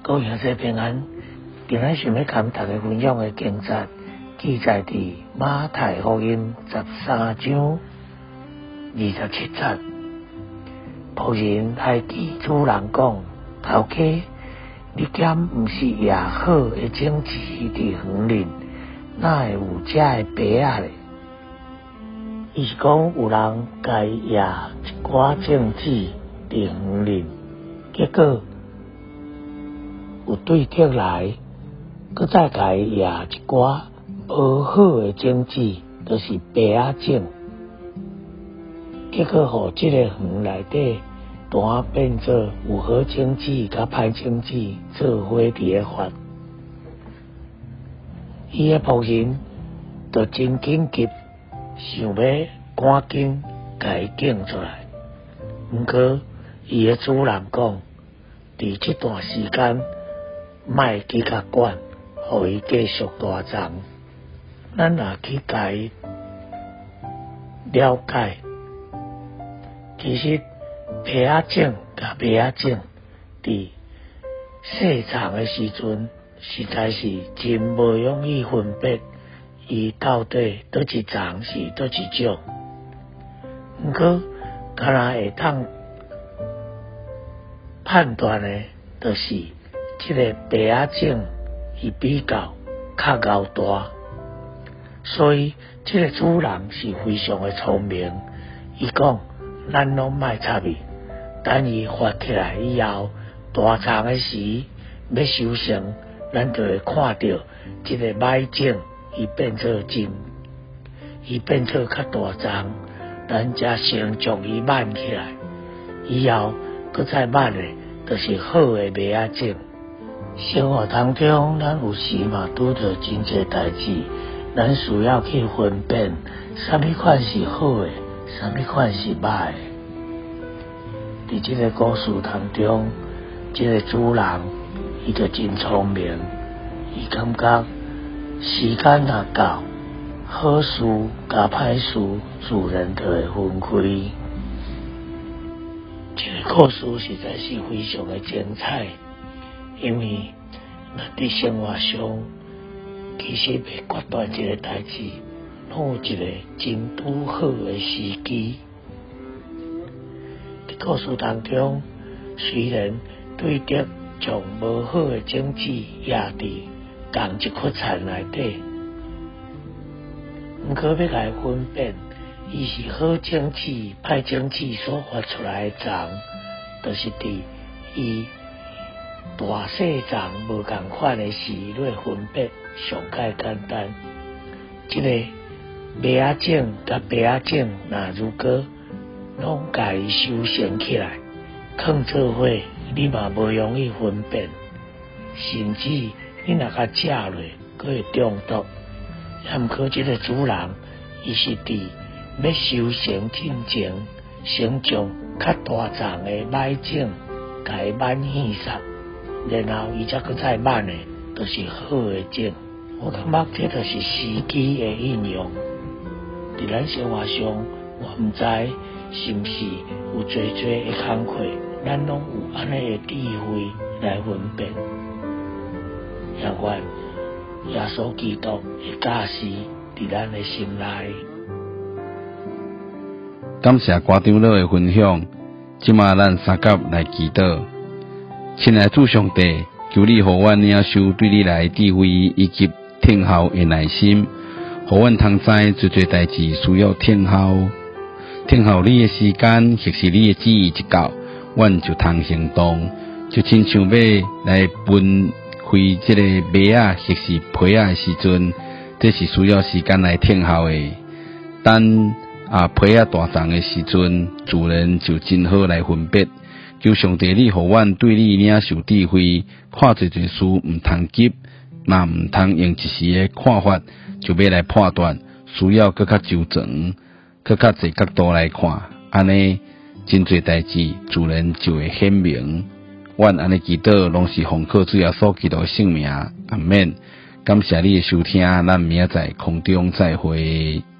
各位兄弟平安，今日想要跟大家分享的经节，记载伫马太福音13章27节。仆人来记主人讲，头家，你敢毋是也好的种子伫园林，哪会有遮的白仔咧？伊是讲有人该野一寡种子伫园林，结果有对敌来，佮再甲伊野一寡无好的种子，就是白仔种。结果互即个园内底单变做有好种子甲歹种子做伙伫咧发。伊个仆人就真紧急，想要赶紧甲伊拣出来。毋过伊个主人讲，伫即段时间莫去甲管，互伊继续大长。咱若去甲伊了解，其实白仔种甲白仔种伫细长的时阵，实在是真无容易分别伊到底倒一丛是倒一种。毋过，敢若会当判断的，就是即个白仔种伊比较较高大，所以即个主人是非常的聪明。伊讲，咱拢莫插伊，等伊发起来以后，大丛的时要收成，咱就会看到即个歹种伊变做较大丛，咱才先将伊挽起来，以后搁再挽的，就是好的麦仔种。生活当中，咱有时嘛拄着真侪代志，咱需要去分辨，啥物款是好的，啥物款是歹的。伫即个故事当中，即个主人伊就真聪明，伊感觉时间若到，好事甲歹事自然就会分开。这个故事实在是非常的精彩，因为咱伫生活上，其实要决断一个代志，拢有一个真拄好的时机。伫故事当中，虽然对敌将无好的种子压伫同一棵田内底，毋过要来分辨，伊是好种子、歹种子所发出来的丛，就是伫伊大细丛无共款的时来分别，上介简单。即个麦仔种甲白仔种，若如果拢甲伊收成起来，放做伙，你嘛无容易分辨，甚至你若甲食落，佫会中毒。也毋过即个主人，伊是伫要收成进前，先将较大丛的歹种，甲伊挽起上，然后伊才佫再挽的，就是好的种。我感觉这就是时机的应用。伫咱生活上，我毋知是毋是有侪的工课，咱拢有安尼的智慧来分辨。也愿耶稣基督的教示伫咱的心内。 感谢歌长老的分享，即马咱三甲来祈祷。亲爱主上帝，求你互阮领受对你来的智慧以及听候的耐心，互阮通知侪代志需要听候你的时间，或是你的旨意一到，阮就通行动，就亲像要来分开即个麦仔或是皮仔的时阵，这是需要时间来听候的。等皮仔大丛的时阵，自然就真好来分别。求上帝你互阮对你领受智慧，看侪事毋通急，嘛毋通用一时的看法就要来判断，需要更较周全、更较侪角度来看，安尼真侪代志自然就会显明。阮安尼祈祷，拢是奉靠主耶稣基督的圣名，阿免。感谢你的收听，咱明仔载空中再会。